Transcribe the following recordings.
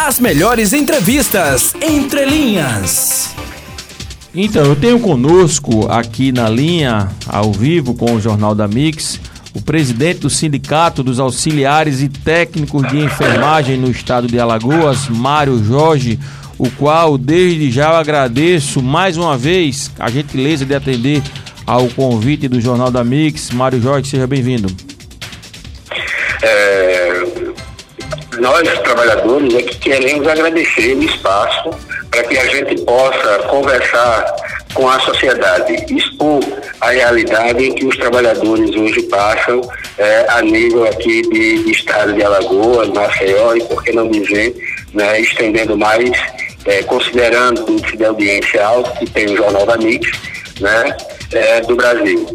As melhores entrevistas, Entre Linhas. Então, eu tenho conosco aqui na linha, ao vivo, com o Jornal da Mix, o presidente do Sindicato dos Auxiliares e Técnicos de Enfermagem no estado de Alagoas, Mário Jorge, o qual desde já eu agradeço mais uma vez a gentileza de atender ao convite do Jornal da Mix. Mário Jorge, seja bem-vindo. Nós, trabalhadores, é que queremos agradecer o espaço para que a gente possa conversar com a sociedade, expor a realidade em que os trabalhadores hoje passam a nível aqui de estado de Alagoas, Maceió e, por que não dizer, né, estendendo mais, considerando o índice de audiência alto que tem o Jornal da Mix, né, do Brasil.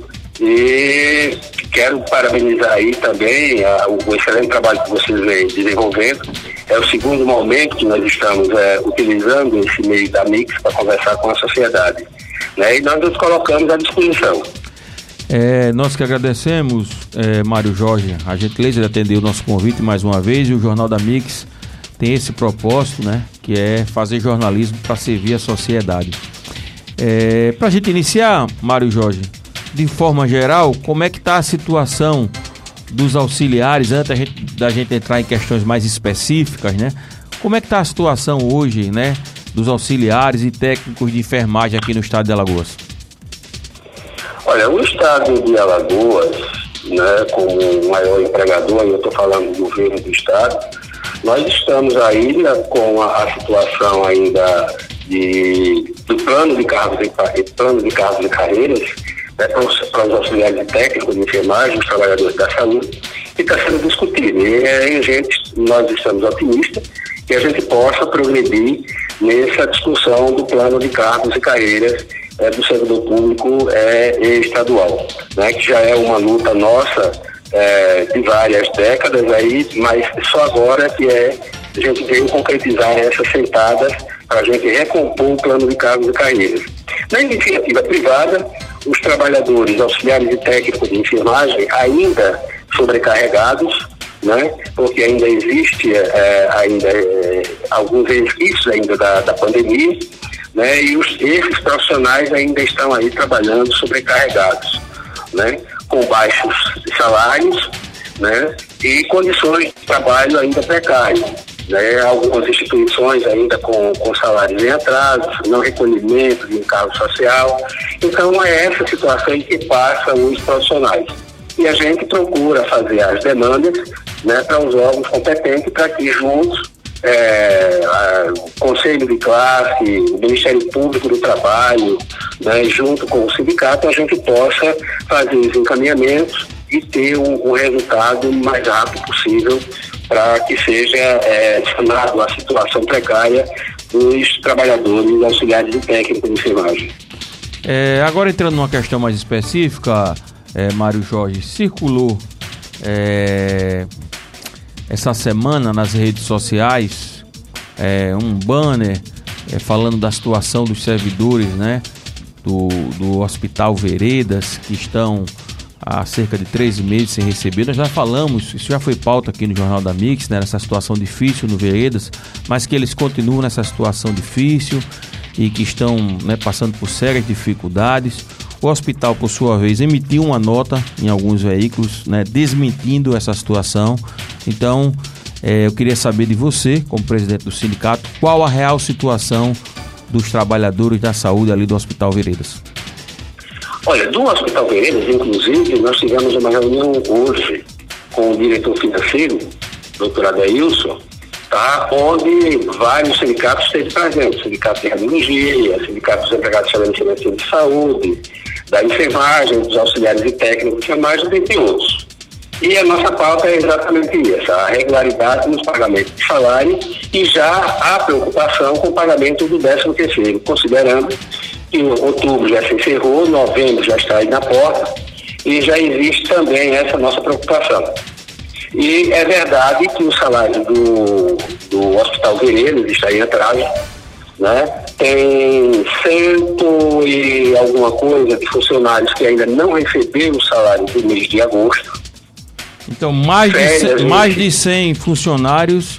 E quero parabenizar aí também o excelente trabalho que vocês vêm desenvolvendo. É o segundo momento que nós estamos utilizando esse meio da Mix para conversar com a sociedade, né? E nós nos colocamos à disposição. Nós que agradecemos, Mário Jorge, a gentileza de atender o nosso convite mais uma vez. E o Jornal da Mix tem esse propósito, né, que é fazer jornalismo para servir a sociedade. Para a gente iniciar, Mário Jorge, de forma geral, como é que está a situação dos auxiliares, antes da gente entrar em questões mais específicas, né? Como é que está a situação hoje, né, dos auxiliares e técnicos de enfermagem aqui no estado de Alagoas? Olha, o estado de Alagoas, né, como o maior empregador, eu estou falando do governo do estado, nós estamos ainda com a situação ainda do plano de cargos e carreiras, né, para os auxiliares técnicos de enfermagem, os trabalhadores da saúde, que está sendo discutido. E nós estamos otimistas que a gente possa progredir nessa discussão do plano de cargos e carreiras do servidor público estadual, né, que já é uma luta nossa de várias décadas aí, mas só agora que a gente veio concretizar essas sentadas para a gente recompor o plano de cargos e carreiras. Na iniciativa privada, os trabalhadores auxiliares e técnicos de enfermagem ainda sobrecarregados, né, porque ainda existe alguns resquícios ainda da pandemia, né, e esses profissionais ainda estão aí trabalhando sobrecarregados, né, com baixos salários, né, e condições de trabalho ainda precárias. Né, algumas instituições ainda com salários em atraso, não recolhimento de encargo social. Então é essa situação em que passam os profissionais. E a gente procura fazer as demandas, né, para os órgãos competentes para que juntos, o Conselho de Classe, o Ministério Público do Trabalho, né, junto com o sindicato, a gente possa fazer os encaminhamentos e ter um resultado mais rápido possível para que seja sanado a situação precária dos trabalhadores auxiliares e técnicos de enfermagem. Agora entrando numa questão mais específica, Mário Jorge, circulou essa semana nas redes sociais um banner falando da situação dos servidores, né, do Hospital Veredas, que estão há cerca de 3 meses sem receber. Nós já falamos, isso já foi pauta aqui no Jornal da Mix, né, nessa situação difícil no Veredas, mas que eles continuam nessa situação difícil e que estão, né, passando por sérias dificuldades. O hospital, por sua vez, emitiu uma nota em alguns veículos, né, desmentindo essa situação. Então, eu queria saber de você, como presidente do sindicato, qual a real situação dos trabalhadores da saúde ali do Hospital Veredas. Olha, do Hospital Veredas, inclusive, nós tivemos uma reunião hoje com o diretor financeiro, doutor Adeilson, tá, onde vários sindicatos esteve presentes, sindicato de radiologia, sindicato dos empregados de saúde, da enfermagem, dos auxiliares e técnicos de enfermagem, entre outros. E a nossa pauta é exatamente essa, a regularidade nos pagamentos de salário e já a preocupação com o pagamento do 13º, considerando que outubro já se encerrou, novembro já está aí na porta e já existe também essa nossa preocupação. E é verdade que o salário do Hospital Veredas está em atraso, né? Tem 100 e alguma coisa de funcionários que ainda não receberam o salário do mês de agosto. Então, mais de 100 funcionários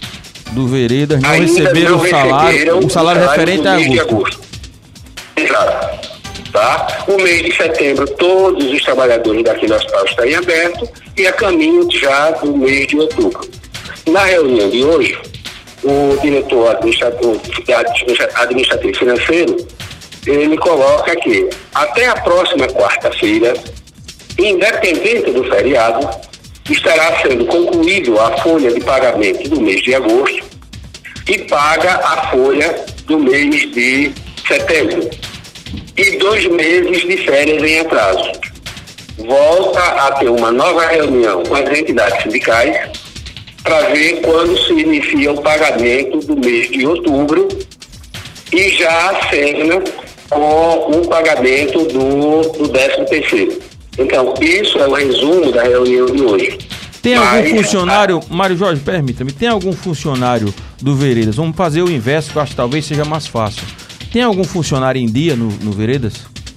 do Veredas não ainda receberam não o salário referente a agosto. Exato. Tá? O mês de setembro, todos os trabalhadores daqui do hospital estão em aberto e a caminho já do mês de outubro. Na reunião de hoje, o diretor administrativo financeiro, ele coloca que até a próxima quarta-feira, independente do feriado, estará sendo concluído a folha de pagamento do mês de agosto e paga a folha do mês de setembro. E 2 meses de férias em atraso. Volta a ter uma nova reunião com as entidades sindicais para ver quando se inicia o pagamento do mês de outubro e já acena com o pagamento do 13º. Então, isso é o resumo da reunião de hoje. Tem algum funcionário, Mário Jorge, permita-me, tem algum funcionário do Veredas? Vamos fazer o inverso, que eu acho que talvez seja mais fácil. Tem algum funcionário em dia no Veredas?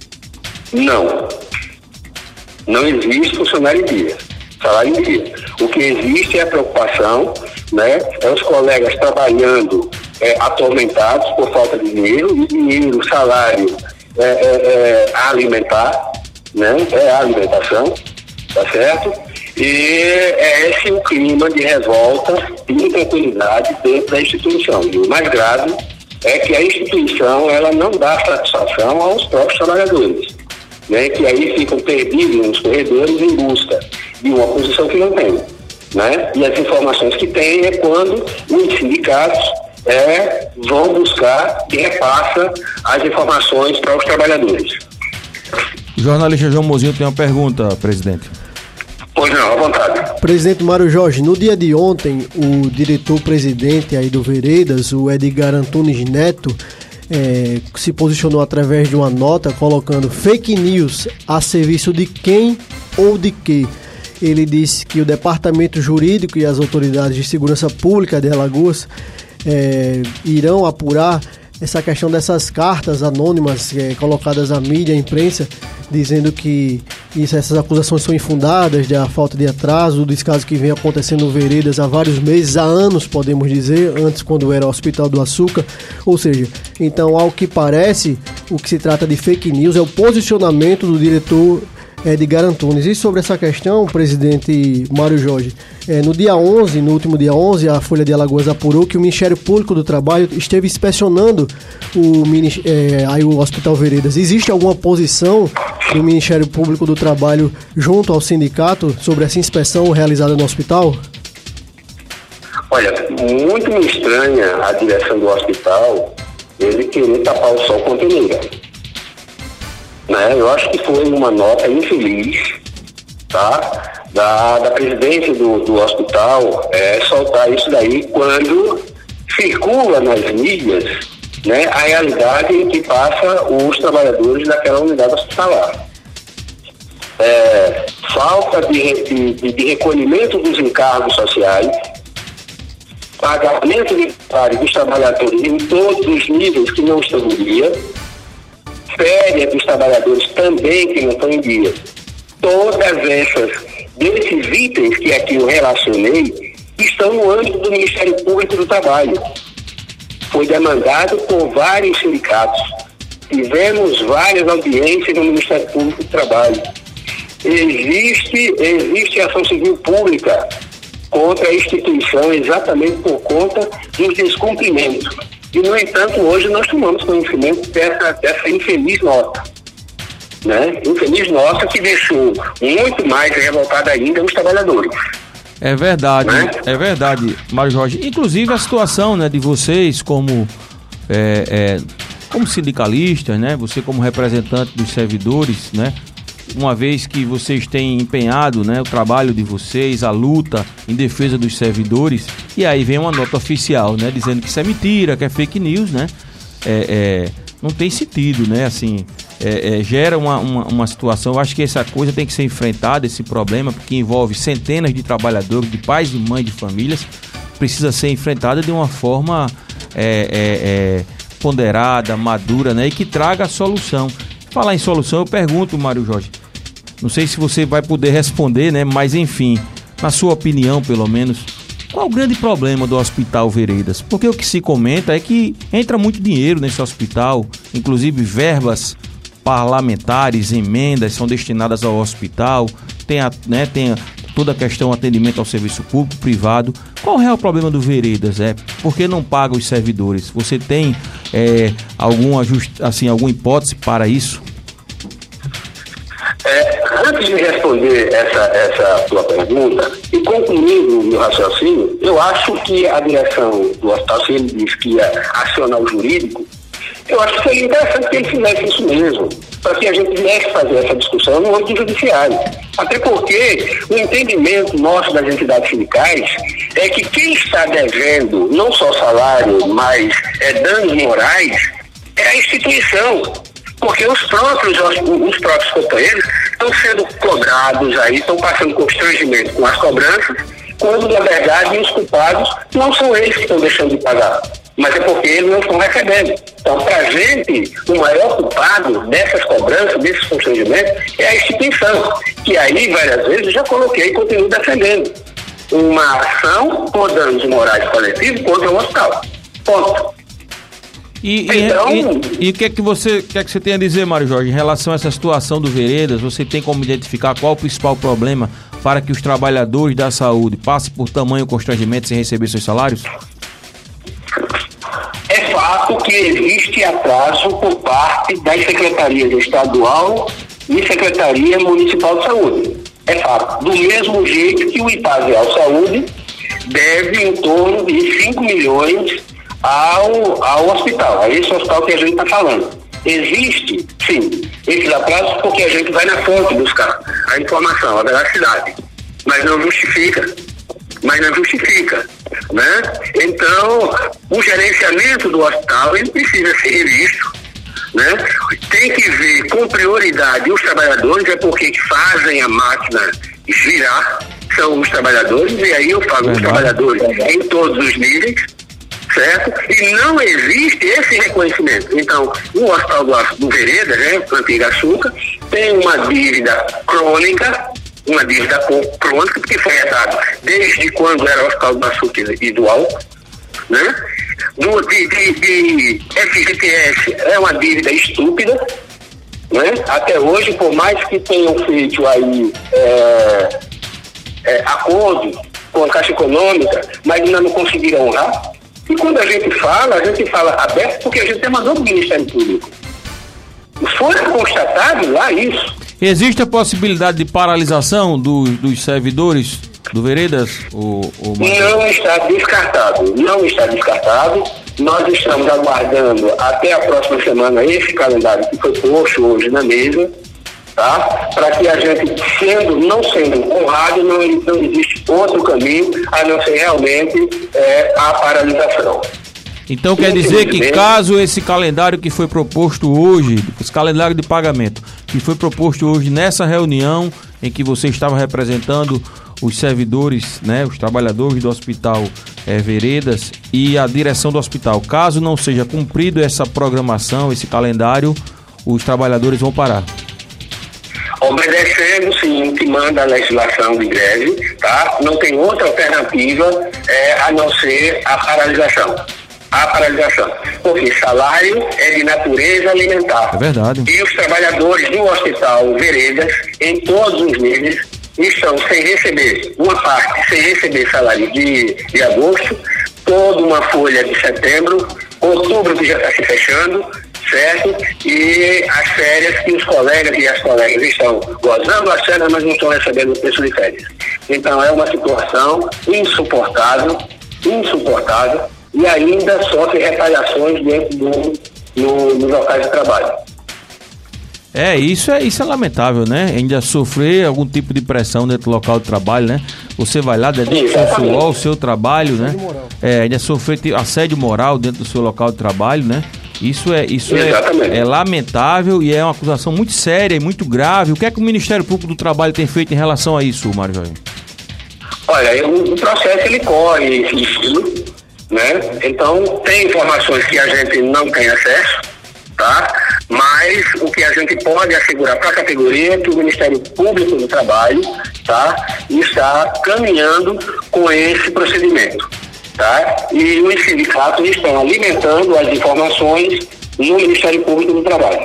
Não. Não existe funcionário em dia. Salário em dia. O que existe é a preocupação, né? É os colegas trabalhando atormentados por falta de dinheiro, salário alimentar, né? É a alimentação, tá certo? E é esse o clima de revolta e intranquilidade dentro da instituição. E o mais grave é que a instituição ela não dá satisfação aos próprios trabalhadores, né? Que aí ficam perdidos nos corredores em busca de uma posição que não tem, né? E as informações que tem é quando os sindicatos vão buscar e repassa as informações para os trabalhadores. O jornalista João Mozinho tem uma pergunta, presidente. Pois não, à vontade. Presidente Mário Jorge, no dia de ontem, o diretor-presidente aí do Veredas, o Edgar Antunes Neto, se posicionou através de uma nota colocando fake news a serviço de quem ou de quê. Ele disse que o Departamento Jurídico e as autoridades de segurança pública de Alagoas irão apurar essa questão dessas cartas anônimas colocadas à mídia, à imprensa, dizendo que essas acusações são infundadas, da falta de atraso, do descaso que vem acontecendo no Veredas há vários meses, há anos, podemos dizer, antes quando era o Hospital do Açúcar. Ou seja, então, ao que parece, o que se trata de fake news é o posicionamento do diretor Edgar Antunes. E sobre essa questão, presidente Mário Jorge, no último dia 11, a Folha de Alagoas apurou que o Ministério Público do Trabalho esteve inspecionando o Hospital Veredas. Existe alguma posição do Ministério Público do Trabalho junto ao sindicato sobre essa inspeção realizada no hospital? Olha, muito me estranha a direção do hospital ele querer tapar o sol com a peneira. Né? Eu acho que foi uma nota infeliz, tá? Da presidência do hospital soltar isso daí quando circula nas mídias, né, a realidade em que passa os trabalhadores daquela unidade hospitalar. Falta de recolhimento dos encargos sociais, pagamento de salário dos trabalhadores em todos os níveis que não estão em dia, férias dos trabalhadores também que não estão em dia. Todas desses itens que aqui eu relacionei estão no âmbito do Ministério Público do Trabalho. Foi demandado por vários sindicatos. Tivemos várias audiências no Ministério Público do Trabalho. Existe ação civil pública contra a instituição exatamente por conta dos descumprimentos. E, no entanto, hoje nós tomamos conhecimento dessa infeliz nota. Né? Infeliz nota que deixou muito mais revoltada ainda os trabalhadores. É verdade, né? É verdade, Mário Jorge. Inclusive a situação, né, de vocês como sindicalistas, né, você como representante dos servidores, né, uma vez que vocês têm empenhado, né, o trabalho de vocês, a luta em defesa dos servidores, e aí vem uma nota oficial, né, dizendo que isso é mentira, que é fake news, né, não tem sentido, né, assim, gera uma situação. Eu acho que essa coisa tem que ser enfrentada, esse problema, porque envolve centenas de trabalhadores, de pais e mães de famílias, precisa ser enfrentada de uma forma ponderada, madura, né, e que traga a solução. Falar em solução, eu pergunto, Mário Jorge, não sei se você vai poder responder, né, mas enfim, na sua opinião, pelo menos, Qual o grande problema do Hospital Veredas? Porque o que se comenta é que entra muito dinheiro nesse hospital, inclusive verbas parlamentares, emendas são destinadas ao hospital, tem toda a questão atendimento ao serviço público, privado. Qual é o problema do Veredas? Por que não paga os servidores? Você tem alguma hipótese para isso? Antes de responder essa sua pergunta, e concluindo o meu raciocínio, eu acho que a direção do hospital, se ele diz que ia acionar o jurídico, eu acho que seria interessante que ele fizesse isso mesmo, para que a gente viesse fazer essa discussão no âmbito judiciário. Até porque o entendimento nosso das entidades sindicais é que quem está devendo não só salário, mas danos morais, é a instituição. Porque os próprios companheiros estão sendo cobrados aí, estão passando constrangimento com as cobranças, quando na verdade os culpados não são eles que estão deixando de pagar, mas é porque eles não estão recebendo. Então, para a gente, o maior culpado dessas cobranças, desses constrangimentos, é a instituição, que aí várias vezes eu já coloquei e continuo defendendo uma ação por danos morais coletivos contra o hospital. Ponto. E o que é que você tem a dizer, Mário Jorge, em relação a essa situação do Veredas? Você tem como identificar qual o principal problema para que os trabalhadores da saúde passem por tamanho constrangimento sem receber seus salários? É fato que existe atraso por parte das secretarias estadual e Secretaria Municipal de Saúde. É fato. Do mesmo jeito que o Itazial Saúde deve em torno de 5 milhões ao hospital, a esse hospital que a gente está falando. Existe, sim, esses atrasos porque a gente vai na fonte buscar a informação, a veracidade, mas não justifica, né? Então, o gerenciamento do hospital, ele precisa ser revisto, né? Tem que ver com prioridade os trabalhadores, é porque fazem a máquina girar, são os trabalhadores, e aí eu falo os trabalhadores em todos os níveis, certo? E não existe esse reconhecimento. Então, o hospital do Veredas, né, Antiga Açúcar, tem uma dívida crônica, porque foi herdado desde quando era o Hospital do Açúcar e do Álcool, né? De FGTS é uma dívida estúpida, né? Até hoje, por mais que tenham feito aí acordo com a Caixa Econômica, mas ainda não conseguiram honrar. E quando a gente fala aberto porque a gente mandou do Ministério Público. Foi constatado lá isso. Existe a possibilidade de paralisação dos servidores do Veredas? Não está descartado. Nós estamos aguardando até a próxima semana esse calendário que foi posto hoje na mesa, tá? Para que a gente, não sendo honrado, não existe outro caminho a não ser realmente a paralisação. Então quer dizer que caso esse calendário que foi proposto hoje, esse calendário de pagamento que foi proposto hoje nessa reunião em que você estava representando os servidores, né, os trabalhadores do Hospital Veredas e a direção do hospital, caso não seja cumprido essa programação, esse calendário, os trabalhadores vão parar? Obedecendo, sim, o que manda a legislação de greve, tá? Não tem outra alternativa a não ser a paralisação. Porque salário é de natureza alimentar. É verdade. E os trabalhadores do Hospital Veredas, em todos os níveis, estão sem receber, uma parte sem receber salário de agosto, toda uma folha de setembro, outubro que já está se fechando, certo? E as férias que os colegas e as colegas estão gozando as férias, mas não estão recebendo o preço de férias. Então é uma situação insuportável, e ainda sofre retaliações dentro dos locais de trabalho. Isso é lamentável, né? Ainda sofrer algum tipo de pressão dentro do local de trabalho, né? Você vai lá, dedica o seu suor, o seu trabalho, né? Ainda sofrer assédio moral dentro do seu local de trabalho, né? Isso é lamentável e é uma acusação muito séria e muito grave. O que é que o Ministério Público do Trabalho tem feito em relação a isso, Mário Jorge? Olha, o processo ele corre, né? Então, tem informações que a gente não tem acesso, tá? Mas o que a gente pode assegurar para a categoria é que o Ministério Público do Trabalho, tá, está caminhando com esse procedimento, tá? E os sindicatos estão alimentando as informações no Ministério Público do Trabalho.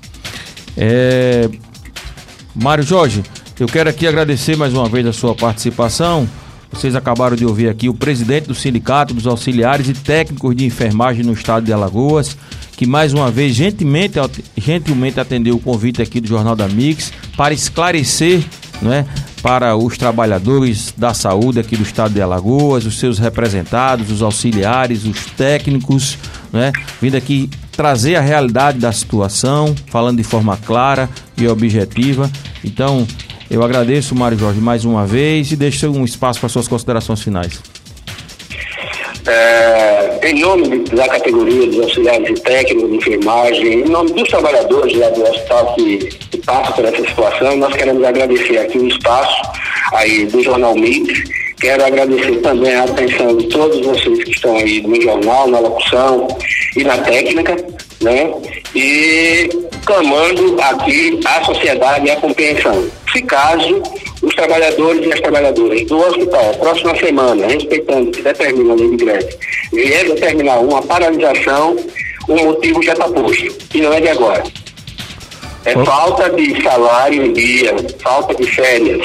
Mário Jorge, eu quero aqui agradecer mais uma vez a sua participação. Vocês acabaram de ouvir aqui o presidente do Sindicato dos Auxiliares e Técnicos de Enfermagem no estado de Alagoas, que mais uma vez gentilmente atendeu o convite aqui do Jornal da Mix para esclarecer, né, para os trabalhadores da saúde aqui do estado de Alagoas, os seus representados, os auxiliares, os técnicos, né, vindo aqui trazer a realidade da situação, falando de forma clara e objetiva. Então, eu agradeço, Mário Jorge, mais uma vez e deixo um espaço para suas considerações finais. Em nome da categoria dos auxiliares e técnicos de enfermagem, em nome dos trabalhadores lá do hospital que passam por essa situação, nós queremos agradecer aqui o espaço aí do Jornal Mix. Quero agradecer também a atenção de todos vocês que estão aí no jornal, na locução e na técnica, né? E clamando aqui à sociedade e à compreensão. Se caso os trabalhadores e as trabalhadoras do hospital, próxima semana, respeitando o que determina a lei de greve, vier determinar uma paralisação, o motivo já está posto, e não é de agora. É falta de salário em dia, falta de férias.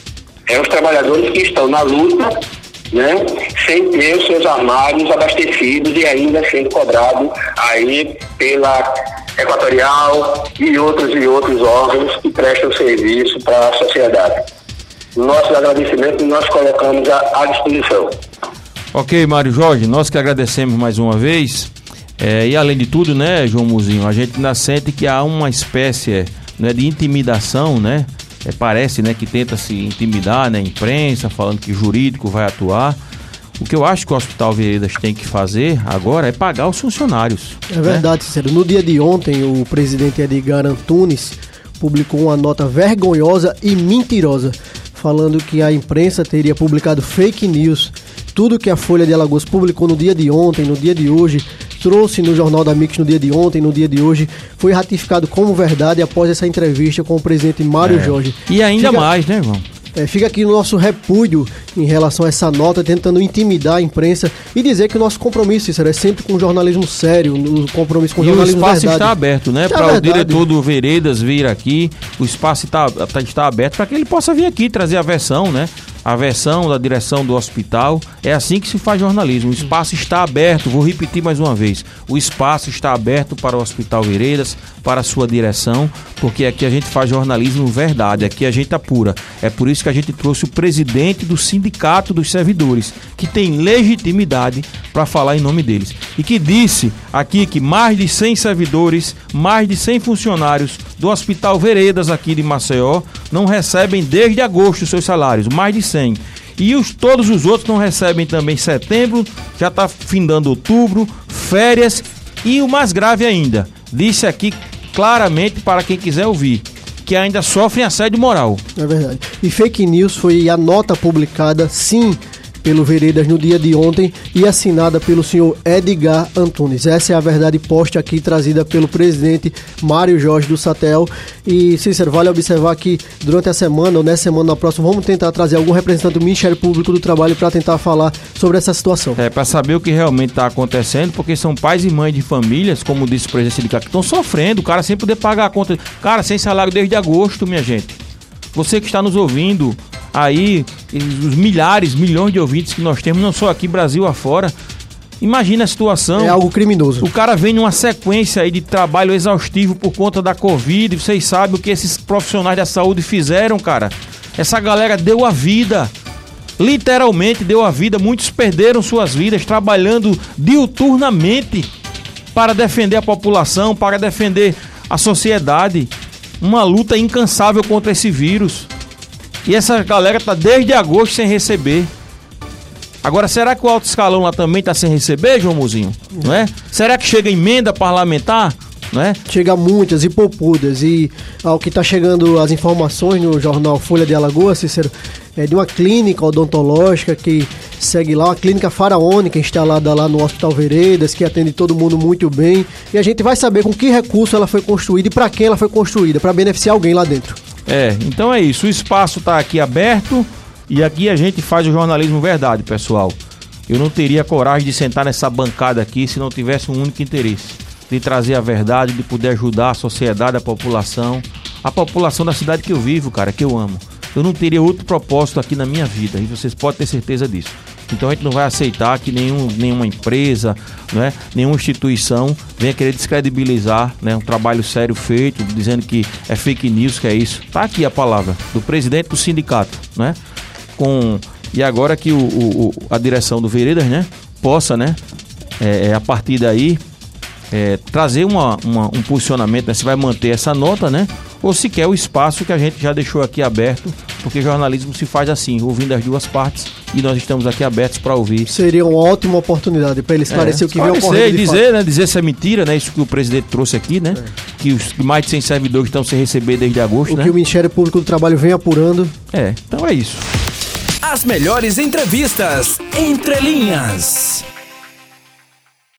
É os trabalhadores que estão na luta, né, sem ter os seus armários abastecidos e ainda sendo cobrado aí pela Equatorial e outros órgãos que prestam serviço para a sociedade. Nossos agradecimentos nós colocamos à disposição. Ok, Mário Jorge, nós que agradecemos mais uma vez. E além de tudo, né, João Muzinho, a gente ainda sente que há uma espécie, né, de intimidação, né? Parece, né, que tenta se intimidar, né, a imprensa, falando que o jurídico vai atuar. O que eu acho que o Hospital Veredas tem que fazer agora é pagar os funcionários. É verdade, Cícero. No dia de ontem, o presidente Edgar Antunes publicou uma nota vergonhosa e mentirosa, falando que a imprensa teria publicado fake news. Tudo que a Folha de Alagoas publicou no dia de ontem, no dia de hoje, trouxe no Jornal da Mix no dia de ontem, no dia de hoje, foi ratificado como verdade após essa entrevista com o presidente Mário Jorge. E ainda mais, né, João? Fica aqui o nosso repúdio em relação a essa nota, tentando intimidar a imprensa e dizer que o nosso compromisso, Cícero, é sempre com jornalismo sério, o compromisso com jornalismo verdade. E o espaço está aberto, né? Para o diretor do Veredas vir aqui, o espaço está aberto para que ele possa vir aqui trazer a versão, né? A versão da direção do hospital. É assim que se faz jornalismo. O espaço está aberto, vou repetir mais uma vez. O espaço está aberto para o Hospital Veredas, para a sua direção, porque aqui a gente faz jornalismo verdade, aqui a gente apura. É por isso que a gente trouxe o presidente do Sindicato dos Servidores, que tem legitimidade para falar em nome deles. E que disse aqui que mais de 100 servidores, mais de 100 funcionários do Hospital Veredas aqui de Maceió não recebem desde agosto seus salários, mais de 100. E todos os outros não recebem também setembro, já está findando outubro, férias e o mais grave ainda, disse aqui claramente para quem quiser ouvir, que ainda sofrem assédio moral. É verdade. E fake news foi a nota publicada, sim, pelo Veredas no dia de ontem e assinada pelo senhor Edgar Antunes. Essa é a verdade posta aqui, trazida pelo presidente Mário Jorge do Satel. E, Cícero, vale observar que durante a semana, ou nessa semana, na próxima, vamos tentar trazer algum representante do Ministério Público do Trabalho para tentar falar sobre essa situação. Para saber o que realmente está acontecendo, porque são pais e mães de famílias, como disse o presidente sindical, que estão sofrendo, o cara sem poder pagar a conta. Cara, sem salário desde agosto, minha gente. Você que está nos ouvindo aí, os milhões de ouvintes que nós temos, não só aqui, Brasil afora, imagina a situação. É algo criminoso. O cara vem numa sequência aí de trabalho exaustivo por conta da Covid, vocês sabem o que esses profissionais da saúde fizeram, cara. Essa galera deu a vida, literalmente deu a vida, muitos perderam suas vidas trabalhando diuturnamente para defender a população, para defender a sociedade. Uma luta incansável contra esse vírus. E essa galera tá desde agosto sem receber. Agora, será que o alto escalão lá também tá sem receber, João Muzinho? Não é? Será que chega emenda parlamentar? né? Chega muitas e poupudas. E ao que está chegando as informações no jornal Folha de Alagoas, Cícero, é de uma clínica odontológica que segue lá, uma clínica faraônica instalada lá no Hospital Veredas, que atende todo mundo muito bem. E a gente vai saber com que recurso ela foi construída e para quem ela foi construída, para beneficiar alguém lá dentro. Então é isso, o espaço está aqui aberto e aqui a gente faz o jornalismo verdade, pessoal. Eu não teria coragem de sentar nessa bancada aqui se não tivesse um único interesse, de trazer a verdade, de poder ajudar a sociedade, a população da cidade que eu vivo, cara, que eu amo. Eu não teria outro propósito aqui na minha vida, e vocês podem ter certeza disso. Então a gente não vai aceitar que nenhuma empresa, né, nenhuma instituição venha querer descredibilizar, né, um trabalho sério feito, dizendo que é fake news, que é isso. Tá aqui a palavra do presidente do sindicato, né? E agora que a direção do Veredas, né, possa, né, a partir daí, trazer um posicionamento, né, se vai manter essa nota, né, ou se quer o espaço que a gente já deixou aqui aberto, porque jornalismo se faz assim, ouvindo as duas partes, e nós estamos aqui abertos para ouvir. Seria uma ótima oportunidade para ele esclarecer o que vem ocorrendo. Dizer se é mentira, né, isso que o presidente trouxe aqui, né, que os mais de 100 servidores estão sem receber desde agosto, o que o Ministério Público do Trabalho vem apurando. Então é isso. As melhores entrevistas, Entre Linhas.